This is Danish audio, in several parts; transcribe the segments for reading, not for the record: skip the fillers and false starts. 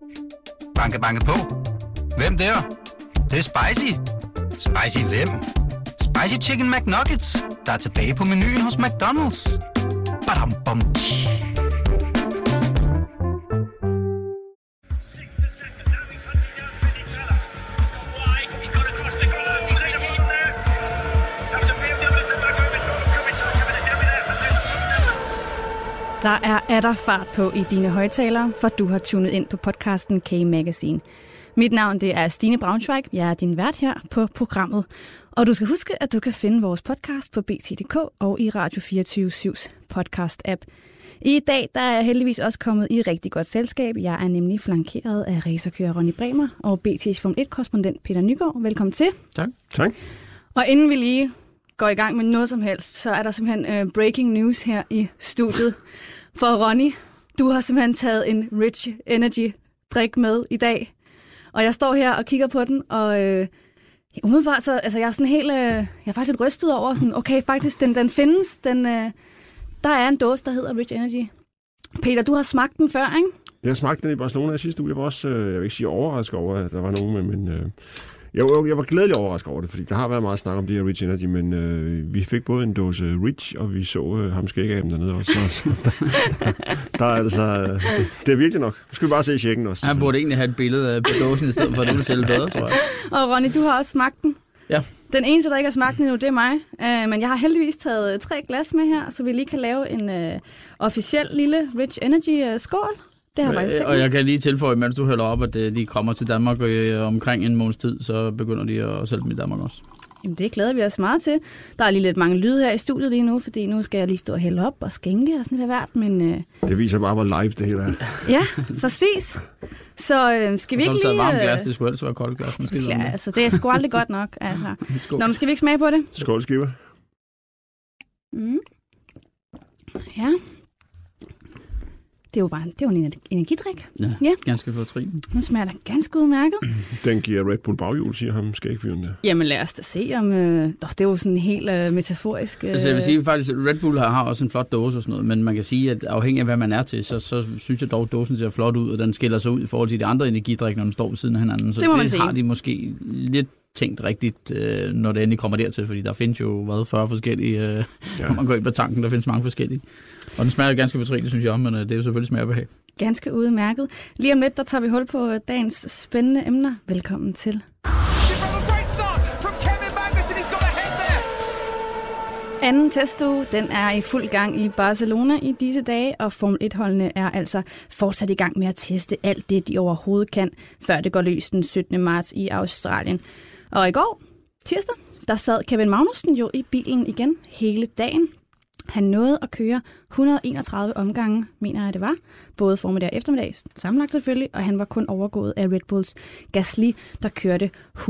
Banke, banke på. Hvem der? Det er spicy. Spicy hvem? Spicy Chicken McNuggets, der er tilbage på menuen hos McDonald's. Badum, bom, tji. Der er der fart på i dine højtalere, for du har tunet ind på podcasten K-Magazine. Mit navn det er Stine Braunschweig. Jeg er din vært her på programmet. Og du skal huske, at du kan finde vores podcast på BT.dk og i Radio 24/7's podcast-app. I dag der er jeg heldigvis også kommet i rigtig godt selskab. Jeg er nemlig flankeret af racerkører Ronny Bremer og BT's Formel 1-korrespondent Peter Nygaard. Velkommen til. Tak. Og inden vi lige går i gang med noget som helst, så er der simpelthen breaking news her i studiet. For Ronny, du har simpelthen taget en Rich Energy-drik med i dag. Og jeg står her og kigger på den, og umiddelbart så, altså jeg er sådan helt, jeg er faktisk lidt rystet over, sådan, okay, faktisk, den findes, der er en dåse, der hedder Rich Energy. Peter, du har smagt den før, ikke? Jeg smagte den i Barcelona sidste uge. Jeg var også, jeg vil ikke sige overrasket over, at der var nogen med, men jeg var glædelig overrasket over det, fordi der har været meget snak om det her Rich Energy, men vi fik både en dåse Rich, og vi så ham skæggaben dernede også. Der er altså, det er virkelig nok. Nu skal vi bare se checken også. Han burde egentlig have et billede på dåsen i stedet for, at det ville sælge bedre, tror jeg. Og Ronny, du har også smagt den. Ja. Den eneste, der ikke har smagt den endnu, det er mig. Men jeg har heldigvis taget 3 glas med her, så vi lige kan lave en officiel lille Rich Energy-skål. Det har og jeg kan lige tilføje, mens du hælder op, at de kommer til Danmark omkring en måneds tid, så begynder de at sælge dem i Danmark også. Jamen det glæder vi os meget til. Der er lige lidt mange lyde her i studiet lige nu, fordi nu skal jeg lige stå og hælde op og skænke og sådan lidt af hvert, men det viser bare, hvor live det hele er. Ja, præcis. Så skal vi ikke lige... varmt glas, det skulle ellers være koldt glas. Måske ja, altså det er sgu aldrig godt nok. Altså. Nå, men skal vi ikke smage på det? Skål, skiver. Ja. Det er jo bare en energidrik. Ja, ganske fortrin. Den smager da ganske udmærket. Den giver Red Bull baghjul, siger ham skægfyren der. Jamen lad os da se om... det er jo sådan helt metaforisk... Altså jeg vil sige faktisk, at Red Bull har også en flot dåse og sådan noget, men man kan sige, at afhængig af hvad man er til, så synes jeg dog, at dåsen ser flot ud, og den skiller sig ud i forhold til de andre energidrikke, når den står ved siden af hinanden. Så det har de måske lidt tænkt rigtigt, når det endelig kommer dertil, fordi der findes jo 40 forskellige, når man går ind på tanken, der findes mange forskellige. Og den smager ganske fortrinligt, synes jeg, men det er jo selvfølgelig smagerbehag. Ganske udmærket. Lige om lidt, der tager vi hul på dagens spændende emner. Velkommen til. Anden testuge, den er i fuld gang i Barcelona i disse dage, og Formel 1-holdene er altså fortsat i gang med at teste alt det, de overhovedet kan, før det går løs den 17. marts i Australien. Og i går, tirsdag, der sad Kevin Magnussen jo i bilen igen hele dagen. Han nåede at køre 131 omgange, mener jeg det var, både formiddag og eftermiddag, sammenlagt selvfølgelig, og han var kun overgået af Red Bulls Gasly, der kørte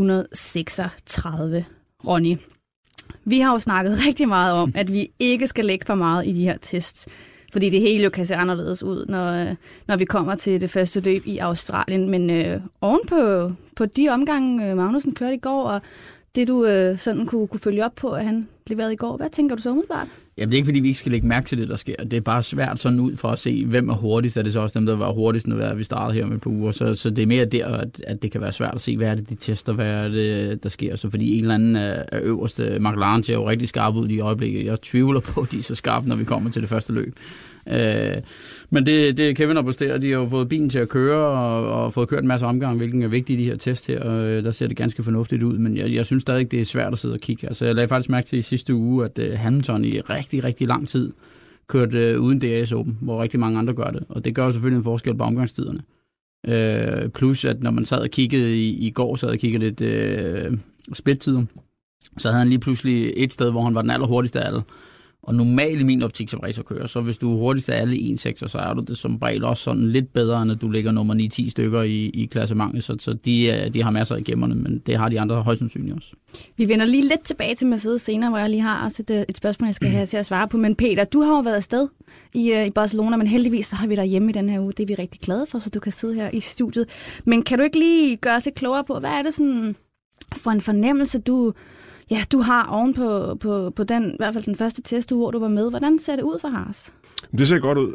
136. Ronny, vi har jo snakket rigtig meget om, at vi ikke skal lægge for meget i de her tests, fordi det hele jo kan se anderledes ud, når vi kommer til det første løb i Australien. Men oven på de omgange, Magnussen kørte i går, og det du sådan kunne følge op på, at han leverede i går, hvad tænker du så umiddelbart? Jamen det er ikke, fordi vi ikke skal lægge mærke til det, der sker. Det er bare svært sådan ud for at se, hvem er hurtigst. Er det så også dem, der var hurtigst, når vi startede her med et par uger. Så det er mere der, at det kan være svært at se, hvad er det, de tester, hvad er det, der sker. Så fordi en eller anden er øverste, McLaren ser jo rigtig skarp ud i øjeblikket. Jeg tvivler på, at de er så skarpe, når vi kommer til det første løb. Men det Kevin har præsteret, de har jo fået bilen til at køre og fået kørt en masse omgang, hvilken er vigtigt i de her test her, og der ser det ganske fornuftigt ud, men jeg synes stadig, det er svært at sidde og kigge. Altså jeg lagde faktisk mærke til i sidste uge, at Hamilton i rigtig, rigtig lang tid kørte uden DRS åben, hvor rigtig mange andre gør det, og det gør jo selvfølgelig en forskel på omgangstiderne. Plus at når man sad og kiggede i går, sad og kiggede lidt splittider, så havde han lige pludselig et sted, hvor han var den allerhurtigste af alle. Og normalt i min optik som racerkører, så hvis du er hurtigst af alle i 1.6, så er du det som regel også sådan lidt bedre, end at du ligger nummer 9-10 stykker i klassementet. Så de har masser af gemmerne, men det har de andre højst sandsynligt også. Vi vender lige lidt tilbage til Mercedes senere, hvor jeg lige har også et spørgsmål, jeg skal have til at svare på. Men Peter, du har jo været afsted i Barcelona, men heldigvis så har vi dig hjemme i den her uge. Det er vi rigtig glade for, så du kan sidde her i studiet. Men kan du ikke lige gøre os lidt klogere på, hvad er det sådan for en fornemmelse, du Ja, du har oven på den, i hvert fald den første testuge, hvor du var med. Hvordan ser det ud for Haas? Det ser godt ud.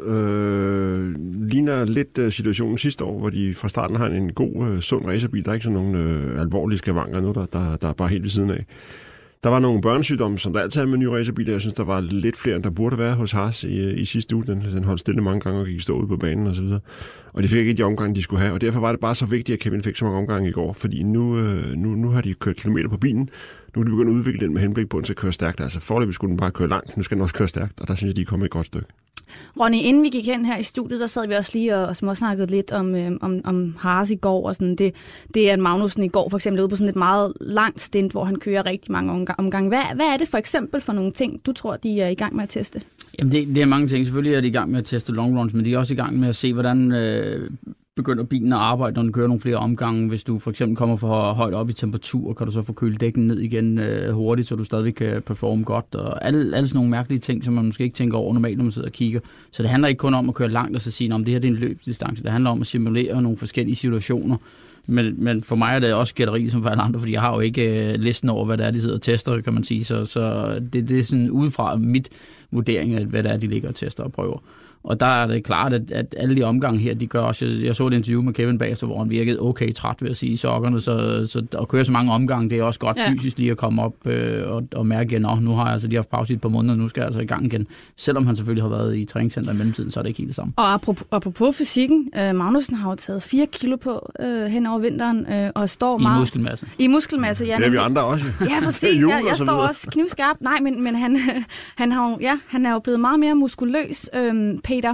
Ligner lidt situationen sidste år, hvor de fra starten har en god, sund racerbil. Der er ikke sådan nogle alvorlige skavanker nu, der er bare helt ved siden af. Der var nogle børnesygdomme, som der altid er med nye racerbiler. Jeg synes, der var lidt flere, end der burde være hos Haas i sidste uge. Den holdt stille mange gange og gik stå ud på banen og så videre. Og de fik ikke de omgange, de skulle have. Og derfor var det bare så vigtigt, at Kevin fik så mange omgange i går. Fordi nu har de kørt kilometer på bilen. Nu er de begyndt at udvikle den med henblik på, at den skal køre stærkt. Altså foreløbig skulle den bare køre langt. Nu skal den også køre stærkt. Og der synes jeg, de er kommet et godt stykke. Ronny, inden vi gik hen her i studiet, der sad vi også lige og småsnakkede lidt om Haas i går. Og sådan. Det er Magnussen i går for eksempel ude på sådan et meget langt stint, hvor han kører rigtig mange omgange. Hvad er det for eksempel for nogle ting, du tror, de er i gang med at teste? Jamen det er mange ting. Selvfølgelig er de i gang med at teste long runs, men de er også i gang med at se, hvordan begynder bilen at arbejde, når den kører nogle flere omgange. Hvis du for eksempel kommer for højt op i temperatur, kan du så få kølet dækken ned igen hurtigt, så du stadig kan performe godt. Og alle sådan nogle mærkelige ting, som man måske ikke tænker over normalt, når man sidder og kigger. Så det handler ikke kun om at køre langt og så sige, om det her det er en løbsdistance. Det handler om at simulere nogle forskellige situationer. Men for mig er det også gætteri som for alle andre, fordi jeg har jo ikke listen over, hvad det er, de sidder og tester, kan man sige. Så det er sådan udefra mit vurdering af, hvad det er, de ligger og tester og prøver. Og der er det klart, at alle de omgange her, de gør også... Jeg så et interview med Kevin bagefter, hvor han virkede okay træt ved at sige sokkerne, så at køre så mange omgange, det er også godt fysisk lige at komme op og mærke igen, nu har jeg altså lige haft pause i et par måneder, nu skal jeg altså i gang igen. Selvom han selvfølgelig har været i træningscenter i mellemtiden, så er det ikke helt det samme. Og apropos fysikken, Magnussen har jo taget 4 kilo på hen over vinteren, og står meget... I muskelmasse, ja. Det er vi andre også. Ja, præcis. Jeg står også knivskarp. Nej, men han er jo blevet meget mere muskuløs, Peter.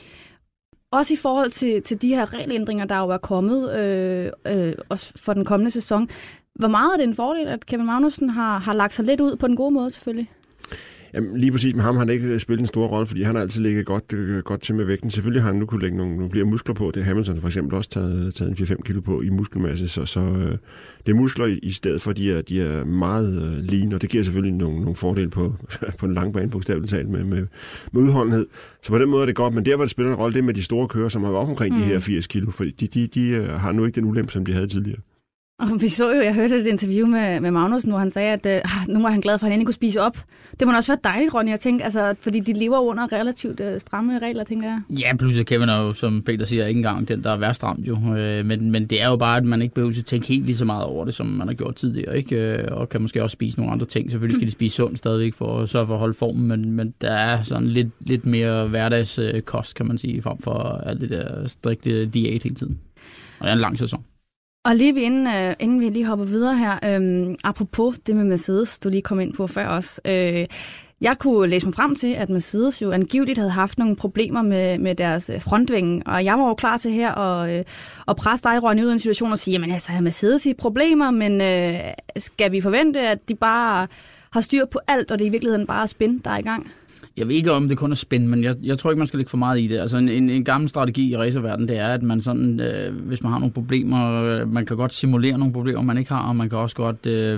Også i forhold til de her regelændringer, der jo er kommet også for den kommende sæson. Hvor meget er det en fordel, at Kevin Magnussen har lagt sig lidt ud på den gode måde, selvfølgelig? Jamen, lige præcis med ham har han ikke spillet en stor rolle, fordi han har altid ligget godt til med vægten. Selvfølgelig har han nu kunne lægge nogle flere muskler på. Det har Hamilton for eksempel også taget en 4-5 kilo på i muskelmasse, så det er muskler i stedet for, de er meget lean, og det giver selvfølgelig nogle fordele på den lange bane, bogstaveligt talt, med udholdenhed. Så på den måde er det godt, men der, hvor det spiller en rolle, det er med de store kører, som har været op omkring de her 80 kilo, for de har nu ikke den ulempe, som de havde tidligere. Og vi så jo, jeg hørte et interview med Magnussen, hvor han sagde, at nu var han glad for, at han endelig kunne spise op. Det må også være dejligt, Ronny, jeg tænker, altså, fordi de lever under relativt stramme regler, tænker jeg. Ja, pludselig Kevin er jo, som Peter siger, ikke engang den, der er værst ramt jo. Men det er jo bare, at man ikke behøver at tænke helt lige så meget over det, som man har gjort tidligere, ikke? Og kan måske også spise nogle andre ting. Selvfølgelig skal de spise sundt stadigvæk for at sørge for at holde formen, men der er sådan lidt mere hverdagskost, kan man sige, frem for alt det der strikte diæt hele tiden. Og det er en lang sæson. Og lige inden vi lige hopper videre her, apropos det med Mercedes, du lige kom ind på før også. Jeg kunne læse mig frem til, at Mercedes jo angiveligt havde haft nogle problemer med deres frontvinge, og jeg var jo klar til her at presse dig, Ronny, ud i en situation og sige, jamen altså, har Mercedes i problemer, men skal vi forvente, at de bare har styr på alt, og det i virkeligheden bare er spin, der er i gang? Jeg ved ikke, om det kun er spin, men jeg tror ikke, man skal lægge for meget i det. Altså en gammel strategi i racerverdenen, det er, at man sådan, hvis man har nogle problemer, man kan godt simulere nogle problemer, man ikke har, og man kan også godt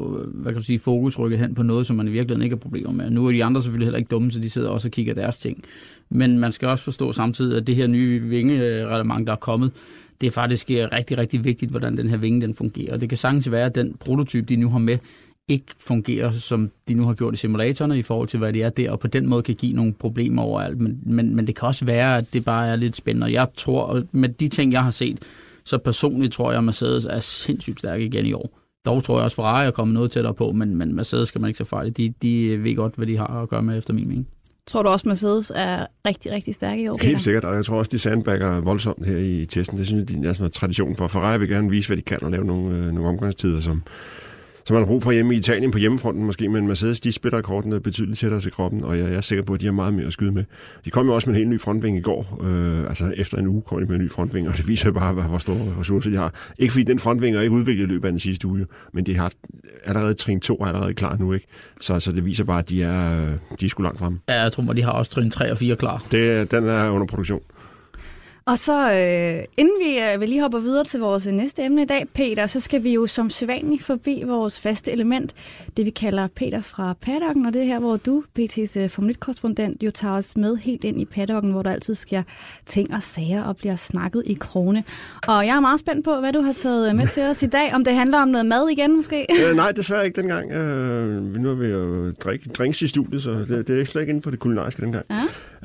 få, fokus rykket hen på noget, som man i virkeligheden ikke har problemer med. Nu er de andre selvfølgelig heller ikke dumme, så de sidder også og kigger deres ting. Men man skal også forstå samtidig, at det her nye vingereglement, der er kommet, det er faktisk rigtig, rigtig vigtigt, hvordan den her vinge den fungerer. Og det kan sagtens være, at den prototype, de nu har med, ikke fungerer, som de nu har gjort i simulatorerne i forhold til, hvad det er der, og på den måde kan give nogle problemer overalt. Men det kan også være, at det bare er lidt spændende. Jeg tror, med de ting, jeg har set, så personligt tror jeg, at Mercedes er sindssygt stærk igen i år. Dog tror jeg også, Ferrari er kommet noget tættere på, men Mercedes skal man ikke så fejl. De ved godt, hvad de har at gøre med, efter min mening. Tror du også, Mercedes er rigtig, rigtig stærke i år? Helt sikkert, og jeg tror også, de sandbagger voldsomt her i testen. Det synes jeg, de er sådan en tradition for. Ferrari vil gerne vise, hvad de kan, og lave nogle omgangstider, som man har brug for hjemme i Italien på hjemmefronten måske, men Mercedes, de spiller kortene betydeligt tættere til kroppen, og jeg er sikker på, at de har meget mere at skyde med. De kom jo også med en helt ny frontving i går, altså efter en uge kom de med en ny frontving, og det viser bare, hvor store ressourcer de har. Ikke fordi den frontving er ikke udviklet i løbet af den sidste uge, men de har allerede trin 2 er allerede klar nu, ikke? Så det viser bare, at de er sgu langt fremme. Ja, jeg tror, de har også trin 3 og 4 klar. Den er under produktion. Og så inden vi lige hopper videre til vores næste emne i dag, Peter, så skal vi jo som sædvanligt forbi vores faste element, det vi kalder Peter fra paddocken, og det er her, hvor du, PT's Formel 1-korrespondent, jo tager os med helt ind i paddocken, hvor der altid sker ting og sager og bliver snakket i krone. Og jeg er meget spændt på, hvad du har taget med til os i dag, om det handler om noget mad igen måske? Nej, desværre ikke dengang. Nu er vi jo drinks i studiet, så det er slet ikke inden for det kulinariske dengang. Ja.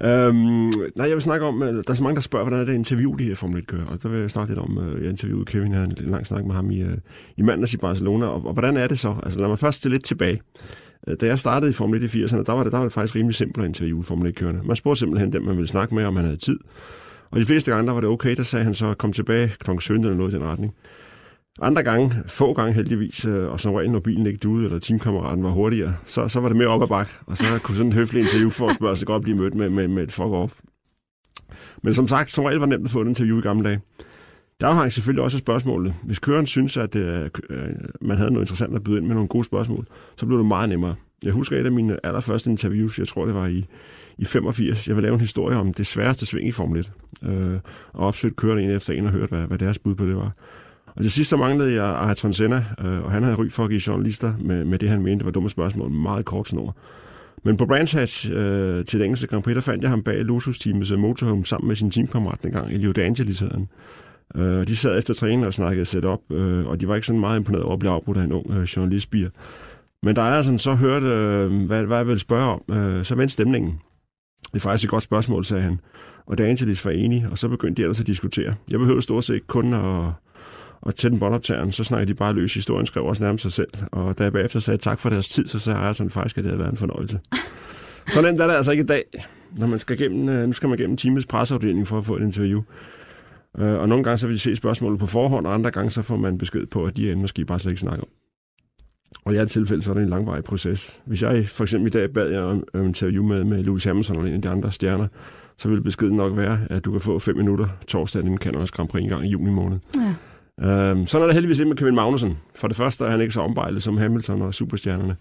Nej, jeg vil snakke om, der er så mange, der spørger, hvordan er det interview, de her Formel 1-kører. Og der vil jeg snakke lidt om, jeg interviewede Kevin, jeg havde en lang snak med ham i mandags i Barcelona. Og hvordan er det så? Altså lad mig først til lidt tilbage. Da jeg startede i Formel 1 i 80'erne, der var det faktisk rimelig simpelt at interviewe Formel 1-kørerne. Man spurgte simpelthen dem, man ville snakke med, om man havde tid. Og de fleste gange, der var det okay, der sagde han så, kom tilbage kl. 17 eller noget i den retning. Andre gange, få gange heldigvis, og som regel, når bilen ikke duede, eller teamkammeraten var hurtigere, så var det mere op ad bak, og så kunne sådan en høflig interview for at spørge sig godt blive mødt med et fuck off. Men som sagt, som regel var det nemt at få et interview i gamle dage. Der afhang selvfølgelig også af spørgsmålet. Hvis køreren synes, at man havde noget interessant at byde ind med nogle gode spørgsmål, så blev det meget nemmere. Jeg husker et af mine allerførste interviews, jeg tror det var i 85. Jeg vil lave en historie om det sværeste sving i Formel 1, og opsøgte kørerne en efter en og hørte, hvad deres bud på det var. Og til sidst så manglede jeg Ayrton Senna, og han havde ry for at give journalister med det, han mente var dumme spørgsmål, meget kort snor. Men på Brands Hatch til det engelske Grand Prix, der fandt jeg ham bag Lotus-teamets motorhome sammen med sin teamkammerat dengang, Elio D'Angelis hed han. De sad efter træningen og snakkede setup, og de var ikke sådan meget imponeret over at blive afbrudt af en ung journalistbier. Men da jeg sådan så hørte, hvad jeg ville spørge om, så vendte stemningen. Det er faktisk et godt spørgsmål, sagde han. Og D'Angelis var enig, og så begyndte de ellers at diskutere. Jeg behøvede stort set kun at tænde båndoptageren, så snakkede de bare løs. Historien skrev også nærmest sig selv. Og da jeg bagefter sagde tak for deres tid, så sagde jeg sådan faktisk, at det havde været en fornøjelse. Så nemt er det altså ikke i dag, når man skal nu skal man gennem teamets presseafdeling for at få et interview. Og nogle gange så vil de se spørgsmålet på forhånd, og andre gange så får man besked på, at de måske bare slet ikke snakker om. Og i alle tilfælde så er det en langvarig proces. Hvis jeg for eksempel i dag bad jer om interview med Lewis Hamilton eller en af de andre stjerner, så vil beskeden nok være, at du kan få 5 minutter torsdag inden Canadas Grand Prix en gang i juni måned. Ja. Sådan er det heldigvis ikke med Kevin Magnussen. For det første er han ikke så ombejlet som Hamilton og superstjernerne.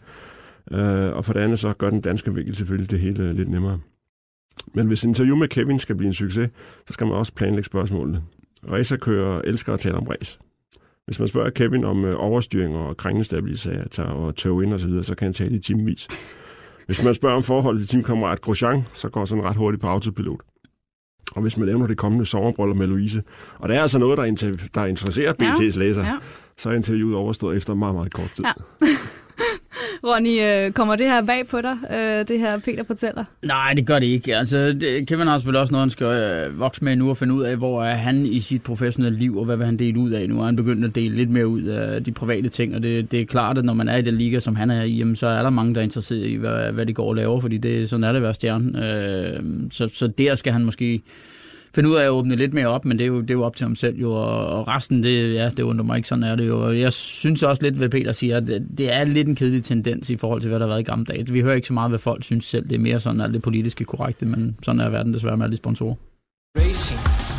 Og for det andet så gør den danske vinkel selvfølgelig det hele lidt nemmere. Men hvis interview med Kevin skal blive en succes, så skal man også planlægge spørgsmålene. Racerkører elsker at tale om race. Hvis man spørger Kevin om overstyring og kringlestabilisator og tørvind osv., så kan han tale i timevis. Hvis man spørger om forholdet til teamkammerat Grosjean, så går sådan ret hurtigt på autopilot. Og hvis man nævner det kommende sommerbryllup med Louise, og det er altså noget, der interesserer BT's læser, så er interviewet overstået efter meget, meget kort tid. Ja. Ronny, kommer det her bag på dig, det her Peter fortæller? Nej, det gør det ikke. Altså, Kevin har selvfølgelig også noget, han skal vokse med nu og finde ud af, hvor er han i sit professionelle liv, og hvad vil han dele ud af. Nu har han begyndt at dele lidt mere ud af de private ting, og det er klart, at når man er i den liga, som han er i, jamen, så er der mange, der er interesseret i, hvad de går og laver, fordi sådan er det at være stjerne. Så der skal han måske finde ud af at åbne lidt mere op, men det er jo op til ham selv jo, og resten, det undrer mig ikke, sådan er det jo. Og jeg synes også lidt, hvad Peter siger, at det er lidt en kedelig tendens i forhold til, hvad der har været i gamle dage. Vi hører ikke så meget, hvad folk synes selv. Det er mere sådan alt det politiske korrekte, men sådan er verden desværre med alle de sponsorer. Racing,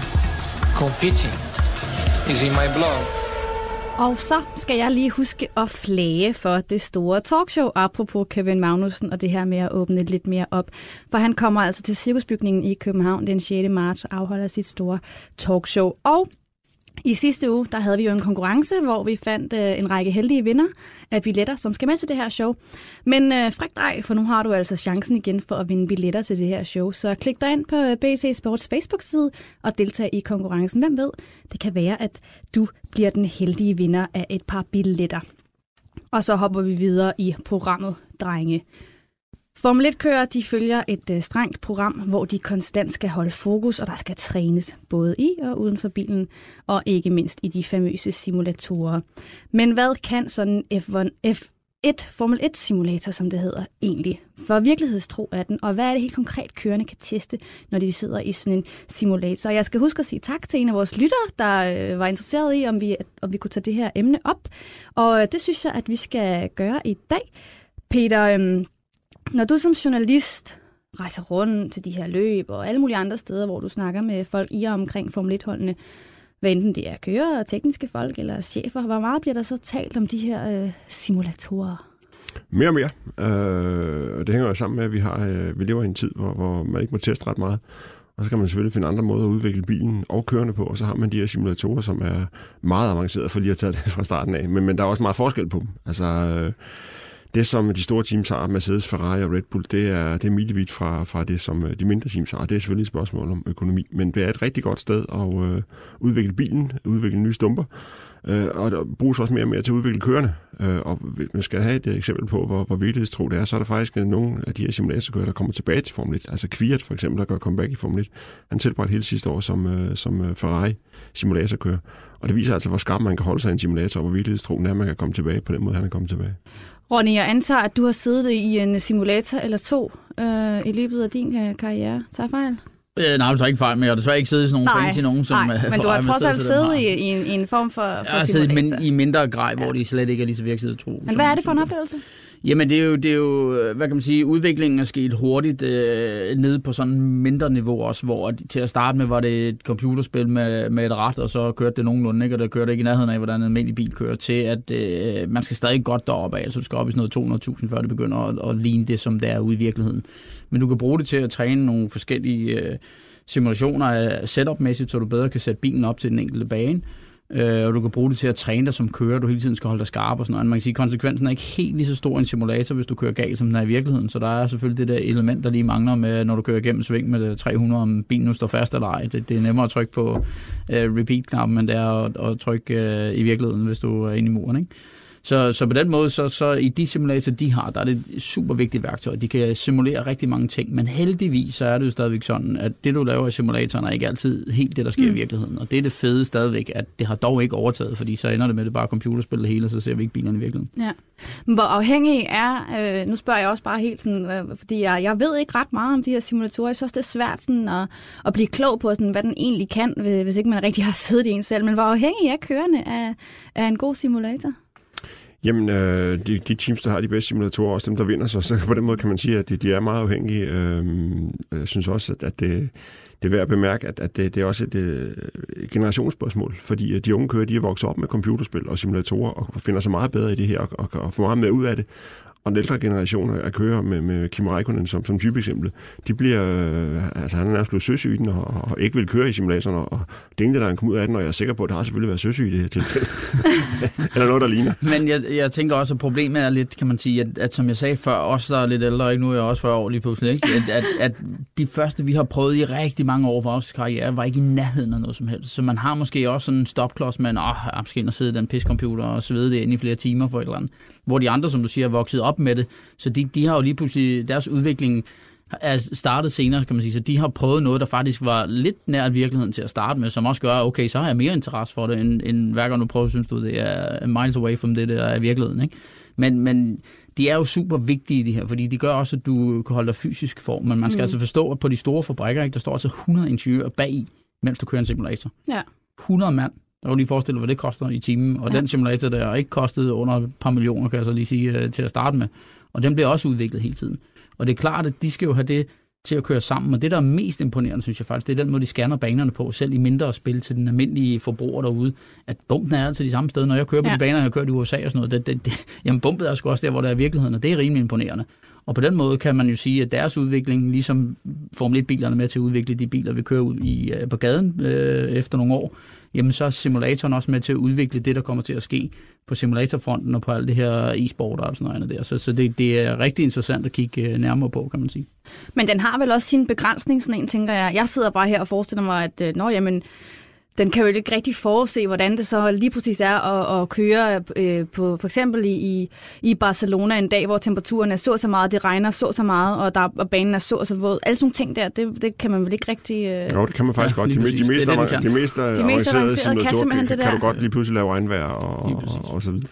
competing is in my blood. Og så skal jeg lige huske at flage for det store talkshow, apropos Kevin Magnussen og det her med at åbne lidt mere op. For han kommer altså til Cirkusbygningen i København den 6. marts og afholder sit store talkshow. Og i sidste uge, der havde vi jo en konkurrence, hvor vi fandt en række heldige vinder af billetter, som skal med til det her show. Men frik dig, for nu har du altså chancen igen for at vinde billetter til det her show. Så klik dig ind på BT Sports Facebook-side og deltag i konkurrencen. Hvem ved, det kan være, at du bliver den heldige vinder af et par billetter. Og så hopper vi videre i programmet, drenge. Formel 1-kører, de følger et strengt program, hvor de konstant skal holde fokus, og der skal trænes både i og uden for bilen, og ikke mindst i de famøse simulatorer. Men hvad kan sådan F1 Formel 1-simulator, som det hedder, egentlig? For virkelighedsstro er den, og hvad er det helt konkret, kørerne kan teste, når de sidder i sådan en simulator? Jeg skal huske at sige tak til en af vores lyttere, der var interesseret i, om vi kunne tage det her emne op, og det synes jeg, at vi skal gøre i dag. Peter, når du som journalist rejser rundt til de her løb og alle mulige andre steder, hvor du snakker med folk i og omkring Formel 1-holdene, hvad enten det er kører, tekniske folk eller chefer, hvor meget bliver der så talt om de her simulatorer? Mere og mere. Det hænger jo sammen med, at vi lever i en tid, hvor man ikke må teste ret meget. Og så kan man selvfølgelig finde andre måder at udvikle bilen og kørende på, og så har man de her simulatorer, som er meget avancerede for lige at tage det fra starten af. Men der er også meget forskel på dem. Altså, det som de store teams har, Mercedes, Ferrari og Red Bull, det er milevidt fra det, som de mindre teams har. Det er selvfølgelig et spørgsmål om økonomi, men det er et rigtig godt sted at udvikle bilen, udvikle nye stumper, og der bruges også mere og mere til at udvikle kørende. Og hvis man skal have et eksempel på, hvor virkelighedstro det er, så er der faktisk nogle af de her simulatorkører, der kommer tilbage til Formel 1. Altså Kvyat for eksempel, der gør comeback i Formel 1. Han tilbragte hele sidste år som Ferrari simulatorkører. Og det viser altså, hvor skarp man kan holde sig i en simulator, og hvor virkelighedstro er, man kan komme tilbage på den måde, han er kommet tilbage. Ronny, jeg antager, at du har siddet i en simulator eller to i løbet af din karriere. Tager fejl? Nej, du tager ikke fejl, men jeg har desværre ikke siddet i sådan nogle fancy nogen, som... Nej, men du har trods alt siddet i en form for simulator. Jeg har siddet i mindre grej, hvor de slet ikke er lige så virksomhedstro. Men hvad er det for en oplevelse? Jamen, det er jo, hvad kan man sige, udviklingen er sket hurtigt nede på sådan mindre niveau også, hvor til at starte med var det et computerspil med et rat, og så kørte det nogenlunde, ikke? Og der kørte ikke i nærheden af, hvordan en almindelig bil kører, til at man skal stadig godt deroppe af, altså du skal op i sådan noget 200.000, før det begynder at ligne det, som det er ude i virkeligheden. Men du kan bruge det til at træne nogle forskellige simulationer setup-mæssigt, så du bedre kan sætte bilen op til den enkelte bane. Og du kan bruge det til at træne dig som kører, du hele tiden skal holde dig skarp og sådan noget. Man kan sige, at konsekvensen er ikke helt lige så stor i en simulator, hvis du kører galt, som den er i virkeligheden. Så der er selvfølgelig det der element, der lige mangler med, når du kører igennem sving med 300, om bilen nu står fast eller ej. Det er nemmere at trykke på repeat-knappen, end det er at trykke i virkeligheden, hvis du er inde i muren, ikke? Så på den måde, så i de simulatorer, de har, der er det et super vigtigt værktøj. De kan simulere rigtig mange ting, men heldigvis så er det jo stadigvæk sådan, at det, du laver i simulatoren, er ikke altid helt det, der sker i virkeligheden. Og det er det fede stadigvæk, at det har dog ikke overtaget, fordi så ender det med, det bare computerspil det hele, og så ser vi ikke bilerne i virkeligheden. Ja. Men hvor afhængig er, nu spørger jeg også bare helt sådan, fordi jeg ved ikke ret meget om de her simulatorer. Jeg synes, det er svært sådan at blive klog på, sådan, hvad den egentlig kan, hvis ikke man rigtig har siddet i en selv. Men hvor afhængig er kørende af en god simulator? Jamen, de teams, der har de bedste simulatorer, også dem, der vinder, så på den måde kan man sige, at de er meget afhængige. Jeg synes også, at det er værd at bemærke, at det er også et generationsspørgsmål, fordi de unge kører, de er vokset op med computerspil og simulatorer og finder sig meget bedre i det her og får meget mere ud af det. Og den ældre generation af kører med Kimi Räikkönen som typeeksempel, de bliver, altså han er nærmest blevet søsyg i den og ikke vil køre i simulatoren, og det er ikke det, der er kommet ud af den, og jeg er sikker på, at der har selvfølgelig været søsyg i det her tilfælde. Eller noget, der ligner. Men jeg tænker også, at problemet er lidt, kan man sige, at som jeg sagde før, også der er lidt ældre, ikke? Nu er jeg også 40 år lige pludselig, ikke? At de første, vi har prøvet i rigtig mange år for vores karriere, var ikke i nærheden af noget som helst. Så man har måske også sådan en stopklods med, jeg skal ind og sidde i den piscomputer og svede det ind i flere timer for et eller andet. Hvor de andre, som du siger, er vokset op med det. Så de har jo lige pludselig, deres udvikling er startet senere, kan man sige. Så de har prøvet noget, der faktisk var lidt nær virkeligheden til at starte med, som også gør, okay, så har jeg mere interesse for det, end hver gang du prøver, synes du, det er miles away from det, der er virkeligheden, ikke? Men de er jo super vigtige, de her, fordi de gør også, at du kan holde dig fysisk form. Men man skal altså forstå, at på de store fabrikker, ikke, der står altså 100 ingeniører bag, mens du kører en simulator. Ja. 100 mand. Der kan du lige forestille dig, hvad det koster i timen. Og den simulator, der er ikke kostet under et par millioner, kan jeg så lige sige, til at starte med. Og den bliver også udviklet hele tiden. Og det er klart, at de skal jo have det til at køre sammen. Og det, der er mest imponerende, synes jeg faktisk, det er den måde, de scanner banerne på, selv i mindre spil til den almindelige forbruger derude, at bumpen er altså de samme steder. Når jeg kører på de baner, jeg har kørt i USA og sådan noget, jamen bumpet er sgu også der, hvor der er virkeligheden, og det er rimelig imponerende. Og på den måde kan man jo sige, at deres udvikling, ligesom Formel 1-bilerne med til at udvikle de biler, vi kører ud på gaden efter nogle år, jamen så er simulatoren også med til at udvikle det, der kommer til at ske på simulatorfronten og på alt det her e-sport og sådan noget der. Så det er rigtig interessant at kigge nærmere på, kan man sige. Men den har vel også sin begrænsning, sådan en, tænker jeg. Jeg sidder bare her og forestiller mig, at den kan jo ikke rigtig forudse, hvordan det så lige præcis er at køre på for eksempel i Barcelona en dag, hvor temperaturen er så meget, det regner så meget, og banen er så våd. Alle sådan ting der, det kan man vel ikke rigtig... Jo, det kan man faktisk godt. De mest avancerede simulatorer kan du godt lige pludselig lave regnvejr og så videre.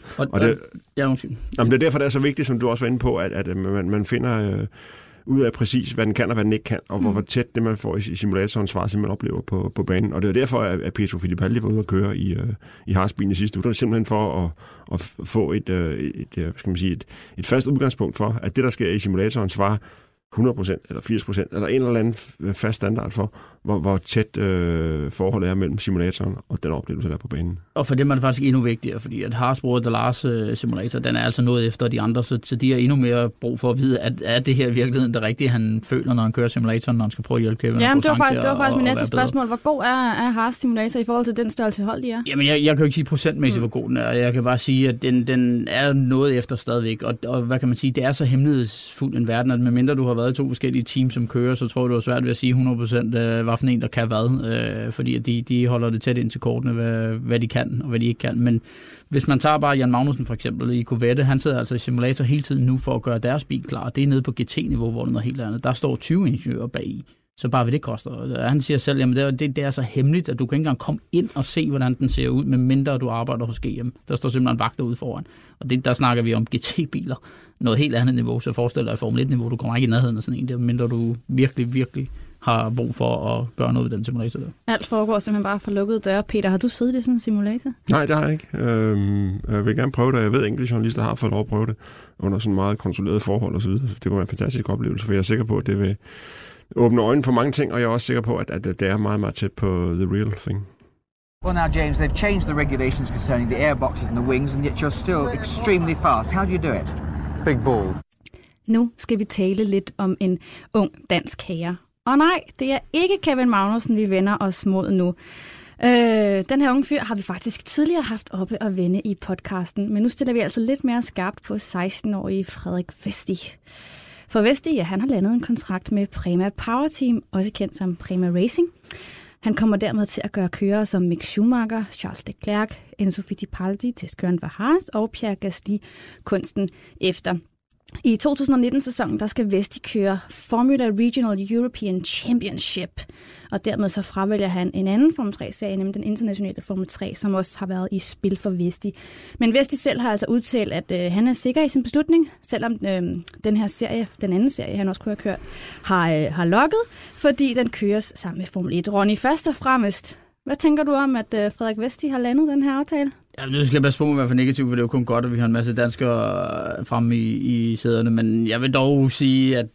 Det er derfor, det er så vigtigt, som du også var inde på, at man finder... ud af præcis, hvad den kan og hvad den ikke kan, og hvor tæt det, man får i simulatoren, svarer til, man oplever på banen. Og det er derfor, at Pietro Fittipaldi var ude at køre i Haas-bilen i sidste uge. Det var simpelthen for at få et fast udgangspunkt for, at det, der sker i simulatoren, svarer 100% eller 80% eller en eller anden fast standard for, hvor tæt forholdet er mellem simulatoren og den oplevelse, der er på banen. Og for dem er det faktisk endnu vigtigere, fordi at Haas-Brode Dallas simulator, den er altså nået efter de andre, så de har endnu mere brug for at vide, at er det her i virkeligheden det rigtige, han føler, når han kører simulatoren, når han skal prøve at hjælpe Kevin. Ja, det var faktisk mit næste spørgsmål. Hvor god er Haas simulator i forhold til den størrelse hold, de er? Jamen, jeg kan jo ikke sige procentmæssigt, hvor god den er. Jeg kan bare sige, at den er nået efter stadigvæk, og hvad kan man sige, det er så hemmelighedsfuld en verden, at medmindre du har været i 2 forskellige teams, som kører, så tror jeg, du er svært ved at sige 100%, hvad for en, der kan hvad, fordi at de holder det tæt ind til kortene, hvad de kan og hvad de ikke kan. Men hvis man tager bare Jan Magnussen for eksempel i Corvette, han sidder altså i simulator hele tiden nu for at gøre deres bil klar. Det er nede på GT-niveau, hvor det er noget helt andet. Der står 20 ingeniører bagi, så bare hvad det koster. Han siger selv, at det er så hemmeligt, at du kan ikke engang komme ind og se, hvordan den ser ud, medmindre du arbejder hos GM. Der står simpelthen vagter ude foran. Og der snakker vi om GT-biler. Noget helt andet niveau, så forestil dig i Formel 1-niveau, du kommer ikke i nærheden af sådan en, det er mindre du virkelig har brug for at gøre noget ved den simulator der. Alt foregår simpelthen bare for lukkede døre. Peter, har du siddet i sådan en simulator? Nej, det har jeg ikke. Jeg vil gerne prøve det. Jeg ved, at enkelte journalister har fået lov at prøve det under sådan meget kontrolleret forhold og så videre. Det kunne være en fantastisk oplevelse, for jeg er sikker på, at det vil åbne øjnene for mange ting, og jeg er også sikker på, at det er meget, meget tæt på the real thing. Well, now, James, they've changed the regulations concerning the airboxes and the wings, and yet you're still extremely fast. How do you do it? Big balls. Nu skal vi tale lidt om en ung dansk herre. Og nej, det er ikke Kevin Magnussen, vi vender os mod nu. Den her unge fyr har vi faktisk tidligere haft oppe at vende i podcasten, men nu stiller vi altså lidt mere skarpt på 16-årige Frederik Vesti. For Vesti, ja, han har landet en kontrakt med Prema Power Team, også kendt som Prema Racing. Han kommer dermed til at gøre kører som Mick Schumacher, Charles Leclerc, Enzo Fittipaldi, testkøren for Haas og Pierre Gasly kunsten efter. I 2019-sæsonen, der skal Vesti køre Formula Regional European Championship, og dermed så fravælger han en anden Formel 3-serie, nemlig den internationale Formel 3, som også har været i spil for Vesti. Men Vesti selv har altså udtalt, at han er sikker i sin beslutning, selvom den her serie, den anden serie, han også kunne have kørt, har lukket, fordi den køres sammen med Formel 1. Ronny, først og fremmest, hvad tænker du om, at Frederik Vesti har landet den her aftale? Ja, nu skal jeg passe på med at være for negativ, for det er jo kun godt, at vi har en masse danskere fremme i sæderne, men jeg vil dog sige, at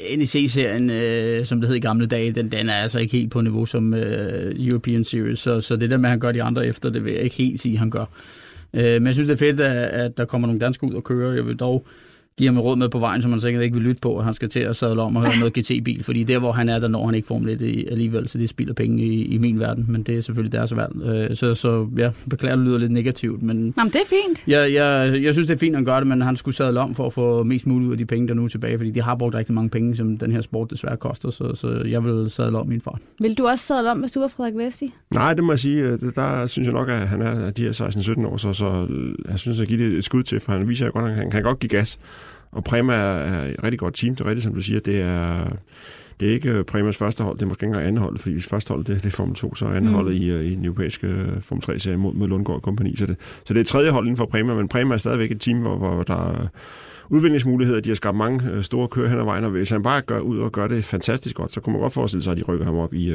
NEC-serien, som det hed i gamle dage, den er altså ikke helt på niveau som European Series, så det der med, at han gør de andre efter, det vil jeg ikke helt sige, at han gør. Men jeg synes, det er fedt, at der kommer nogle danskere ud og kører. Jeg vil dog give ham et råd med på vejen, som man sikkert ikke vil lytte på, at han skal til at sadle om og høre noget GT-bil, fordi der, hvor han er, der når han ikke Formel 1 alligevel, så det spilder penge i min verden, men det er selvfølgelig deres valg. Så ja, beklager, det lyder lidt negativt, men... Jamen, det er fint. Jeg synes, det er fint, at han gør det, men han skulle sadle om for at få mest muligt ud af de penge, der nu er tilbage, fordi de har brugt rigtig mange penge, som den her sport desværre koster, så jeg vil sadle om min fart. Vil du også sadle om, hvis du var Frederik Vesti? Nej, det må jeg sige. Der synes jeg nok, at han er de her 16-17 år, så jeg synes, at give det et skud til, for han viser godt, at han kan godt give gas. Og Prema er et rigtig godt team, det er rigtigt, som du siger, det er ikke Premas første hold, det er måske ikke engang andet hold, fordi hvis første hold det er Formel 2, så er andet holdet i den europæiske Formel 3-serie mod Lundgaard Kompagni, så det er tredje hold inden for Prema, men Prema er stadigvæk et team, hvor der er udviklingsmuligheder, de har skabt mange store kører hen ad vejen, og hvis han bare går ud og gør det fantastisk godt, så kunne man godt forestille sig, at de rykker ham op i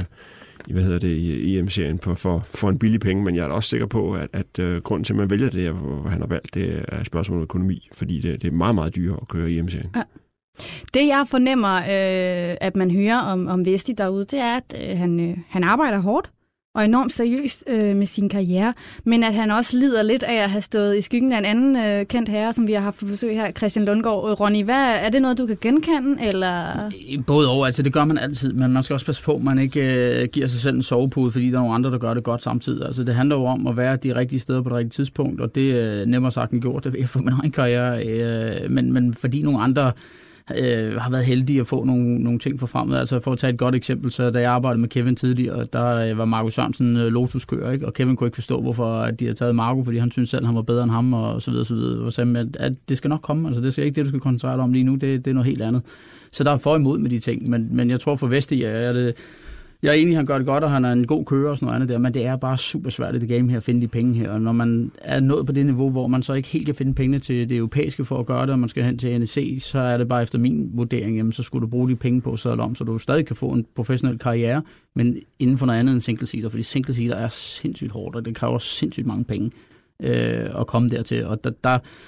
EM-serien for en billig penge, men jeg er også sikker på, at grunden til, at man vælger det, hvor han har valgt, det er et spørgsmål om økonomi, fordi det er meget, meget dyrere at køre i EM-serien. Ja. Det, jeg fornemmer, at man hører om Vesti derude, det er, at han arbejder hårdt og enormt seriøst med sin karriere, men at han også lider lidt af at have stået i skyggen af en anden kendt herre, som vi har haft på besøg her, Christian Lundgaard. Ronny, er det noget, du kan genkende? Eller? Både over, altså det gør man altid, men man skal også passe på, at man ikke giver sig selv en sovepude, fordi der er nogle andre, der gør det godt samtidig. Altså det handler jo om at være de rigtige steder på det rigtige tidspunkt, og det er nemmere sagt end gjort, det er for min egen karriere, men fordi nogle andre har været heldig at få nogle ting for fremad. Altså for at tage et godt eksempel, så da jeg arbejdede med Kevin tidligere, der var Marco Sørensen Lotus-kører, ikke? Og Kevin kunne ikke forstå, hvorfor de havde taget Marco, fordi han syntes selv, han var bedre end ham, og så videre, så videre. Og sagde, at det skal nok komme, altså det er ikke det, du skal koncentrere dig om lige nu, det er noget helt andet. Så der er for imod med de ting, men jeg tror for Vesti, jeg er enig, han gør det godt, og han er en god kører og sådan noget andet der, men det er bare super svært i det game her at finde de penge her. Og når man er nået på det niveau, hvor man så ikke helt kan finde pengene til det europæiske for at gøre det, og man skal hen til NEC, så er det bare efter min vurdering, jamen, så skulle du bruge de penge på at sadle om, så du stadig kan få en professionel karriere, men inden for noget andet end single-seater, fordi single-seater er sindssygt hårdt, og det kræver sindssygt mange penge at komme dertil. Og der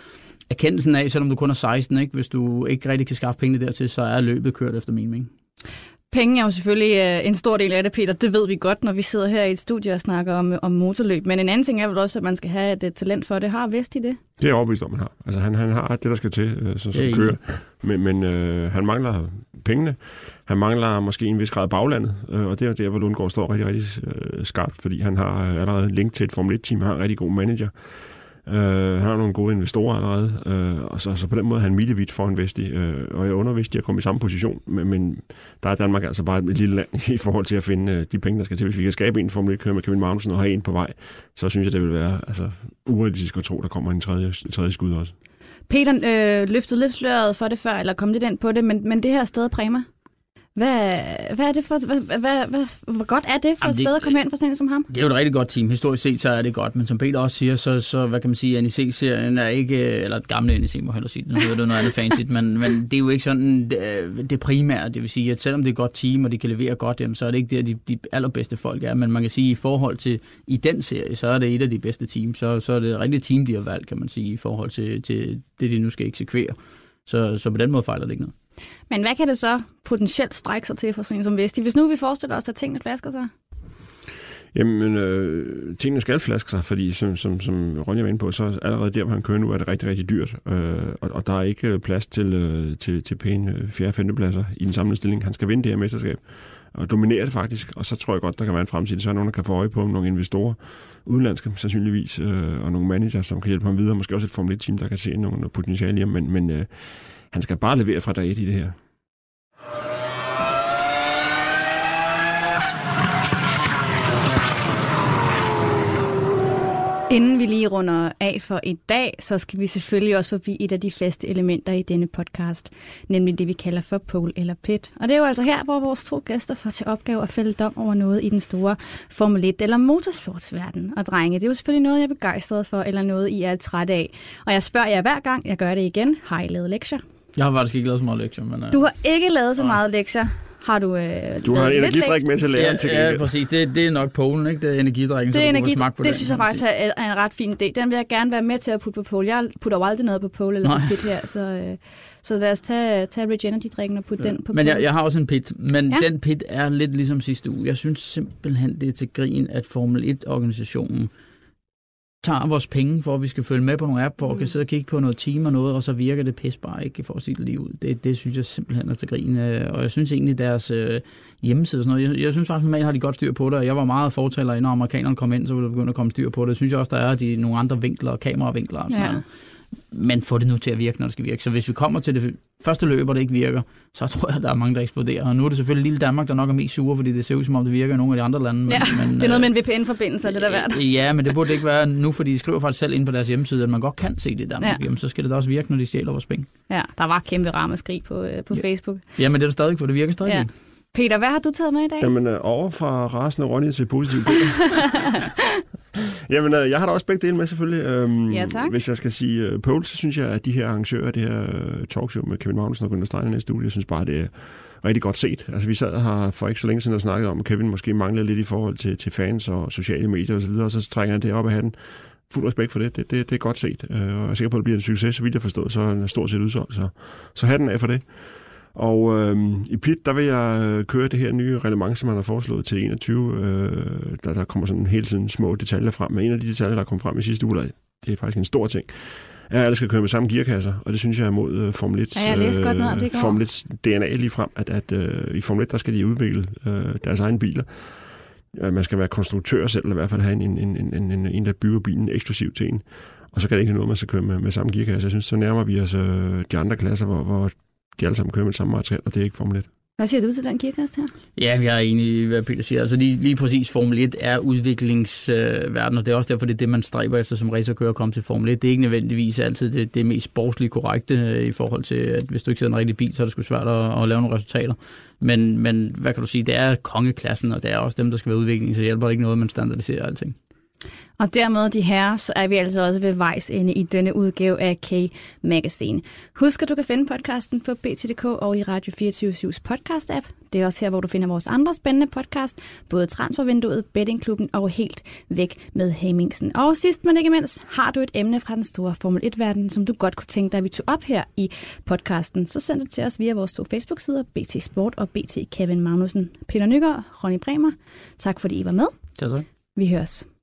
erkendelsen af, selvom du kun er 16, ikke? Hvis du ikke rigtig kan skaffe pengene dertil, så er løbet kørt efter min mening. Penge er jo selvfølgelig en stor del af det, Peter. Det ved vi godt, når vi sidder her i et studie og snakker om motorløb. Men en anden ting er vel også, at man skal have et talent for det. Har Vesti det? Det er jeg overbevist om, man har. Altså, han har det, der skal til, som kører. Men han mangler pengene. Han mangler måske en vis grad baglandet. Og det er der, hvor Lundgaard står rigtig, rigtig skarpt, fordi han har allerede link til et Formel 1-team. Han har en rigtig god manager. Han har nogle gode investorer allerede, og så på den måde er han milevidt foran Vesti, og jeg undrer Vesti at komme i samme position, men der er Danmark altså bare et lille land i forhold til at finde de penge, der skal til. Hvis vi kan skabe en Formel 1-kører med Kevin Magnussen og have en på vej, så synes jeg, det vil være urealistisk at tro, der kommer en tredje skud også. Peter løftede lidt sløret for det før, eller kom lidt ind på det, men det her sted Prema, hvad er det for, hvor godt er det for et sted at komme ind for sådan en som ham? Det er jo et rigtig godt team. Historisk set så er det godt, men som Peter også siger, så hvad kan man sige, NEC-serien er ikke, eller et gamle NEC må heller sige, nu er det noget andet fancy, men det er jo ikke sådan det primære. Det vil sige, at selvom det er et godt team, og de kan levere godt, jamen, så er det ikke der, de allerbedste folk er. Men man kan sige, i forhold til i den serie, så er det et af de bedste teams. Så er det et rigtigt team, de har valgt, kan man sige, i forhold til det, de nu skal eksekvere. Så på den måde fejler det ikke noget. Men hvad kan det så potentielt strække sig til for sådan en som Vesti? Hvis nu vi forestiller os, at tingene flasker sig? Jamen, tingene skal flaske sig, fordi som Ronja var inde på, så allerede der, hvor han kører nu, er det rigtig, rigtig dyrt. Og der er ikke plads til pæne 4. og 5. pladser i den samlede stilling. Han skal vinde det her mesterskab og dominere det faktisk. Og så tror jeg godt, der kan være en fremtid. Så er nogen, der kan få øje på nogle investorer, udenlandske sandsynligvis, og nogle manager, som kan hjælpe ham videre. Måske også et Formel 1-team, der kan se nogle potentiale i ham. Men han skal bare levere fra dag 1 i det her. Inden vi lige runder af for i dag, så skal vi selvfølgelig også forbi et af de faste elementer i denne podcast, nemlig det, vi kalder for pole eller pit. Og det er jo altså her, hvor vores 2 gæster får til opgave at fælde dom over noget i den store Formel 1 eller motorsportsverden. Og drenge, det er jo selvfølgelig noget, jeg er begejstret for, eller noget, I er træt af. Og jeg spørger jer hver gang, jeg gør det igen, har I lavet lektier? Jeg har faktisk ikke lavet så meget lektier. Men, Du har ikke lavet så meget lektier. Har du har energidrik med til læreren til gengæld. Ja, præcis. Det er nok polen, ikke? Det er energidrikken, så du kan smage på det synes jeg faktisk er en ret fin idé. Den vil jeg gerne være med til at putte på pole. Jeg putter jo aldrig noget på pole eller på pit her, så lad os tage Rich Energy-drikken og putte den på pole. Men jeg har også en pit, men den pit er lidt ligesom sidste uge. Jeg synes simpelthen, det er til grin, at Formel 1-organisationen tager vores penge, for at vi skal følge med på nogle app, hvor vi kan sidde og kigge på noget team og noget, og så virker det pis bare ikke for at sige det lige ud. Det synes jeg simpelthen er til grin. Og jeg synes egentlig, deres hjemmeside og sådan noget, jeg synes faktisk, normalt har de godt styr på det, og jeg var meget fortaler, når amerikanerne kom ind, så ville der begynde at komme styr på det. Jeg synes også, der er nogle andre vinkler og kameravinkler og sådan noget. Men få det nu til at virke, når det skal virke. Så hvis vi kommer til det første løb, og det ikke virker, så tror jeg, at der er mange, der eksploderer. Og nu er det selvfølgelig lille Danmark, der nok er mest sure, fordi det ser ud som om, det virker i nogle af de andre lande. Men, det er noget med en VPN-forbindelse, det der værd. Ja, men det burde ikke være nu, fordi de skriver faktisk selv ind på deres hjemmeside, at man godt kan se det i Danmark. Jamen, så skal det da også virke, når de stjæler vores penge. Ja, der var kæmpe ramaskrig på Facebook. Ja, men det er stadig, for det virker stadig. Ja. Peter, hvad har du taget med i dag? Jamen, over fra rasende Ronja til positiv Jamen, jeg har da også begge dele med, selvfølgelig. Ja, tak. Hvis jeg skal sige pole, så synes jeg, at de her arrangører, det her talkshow med Kevin Magnussen og Günther Steiner næste uge, jeg synes bare, det er rigtig godt set. Altså, vi sad her for ikke så længe siden og snakkede om, at Kevin måske manglede lidt i forhold til fans og sociale medier osv., og så trækker han det op af hatten. Fuld respekt for det. Det er godt set. Og jeg er sikker på, at det bliver en succes, så vidt jeg forstået, så er den stort set udsolgt. Så hatten af for det. Og i pit, der vil jeg køre det her nye reglement, som man har foreslået til 21. Der kommer sådan hele tiden små detaljer frem. Men en af de detaljer, der kom frem i sidste uge, det er faktisk en stor ting, er, at alle skal køre med samme gearkasser. Og det synes jeg er mod Formel 1's Formel 1's DNA lige frem, at i Formel 1, der skal de udvikle deres egne biler. Man skal være konstruktør selv, eller i hvert fald have en der bygger bilen eksklusivt til en. Og så kan det ikke noget, man skal køre med samme gearkasse. Jeg synes, så nærmer vi os de andre klasser, hvor de alle sammen kører med samme materiale, og det er ikke Formel 1. Hvad siger du til den gearkasse her? Ja, jeg er enig i, hvad Peter siger. Altså lige præcis Formel 1 er udviklingsverden, og det er også derfor, det er det, man stræber efter som racerkører at komme til Formel 1. Det er ikke nødvendigvis altid det mest sportsligt korrekte i forhold til, at hvis du ikke sidder en rigtig bil, så er det sgu svært at lave nogle resultater. Men hvad kan du sige? Det er kongeklassen, og det er også dem, der skal være udvikling, så hjælper det ikke noget, man standardiserer alting. Og dermed, de her, så er vi altså også ved vejs ende i denne udgave af K-Magazine. Husk, at du kan finde podcasten på BT.dk og i Radio 24/7's podcast-app. Det er også her, hvor du finder vores andre spændende podcast, både Transfervinduet, Bettingklubben og Helt Væk med Hemmingsen. Og sidst, men ikke mindst, har du et emne fra den store Formel 1-verden, som du godt kunne tænke dig, at vi tog op her i podcasten, så send det til os via vores 2 Facebook-sider, BT Sport og BT Kevin Magnussen. Peter Nygaard, Ronny Bremer, tak fordi I var med. Tak. Vi høres.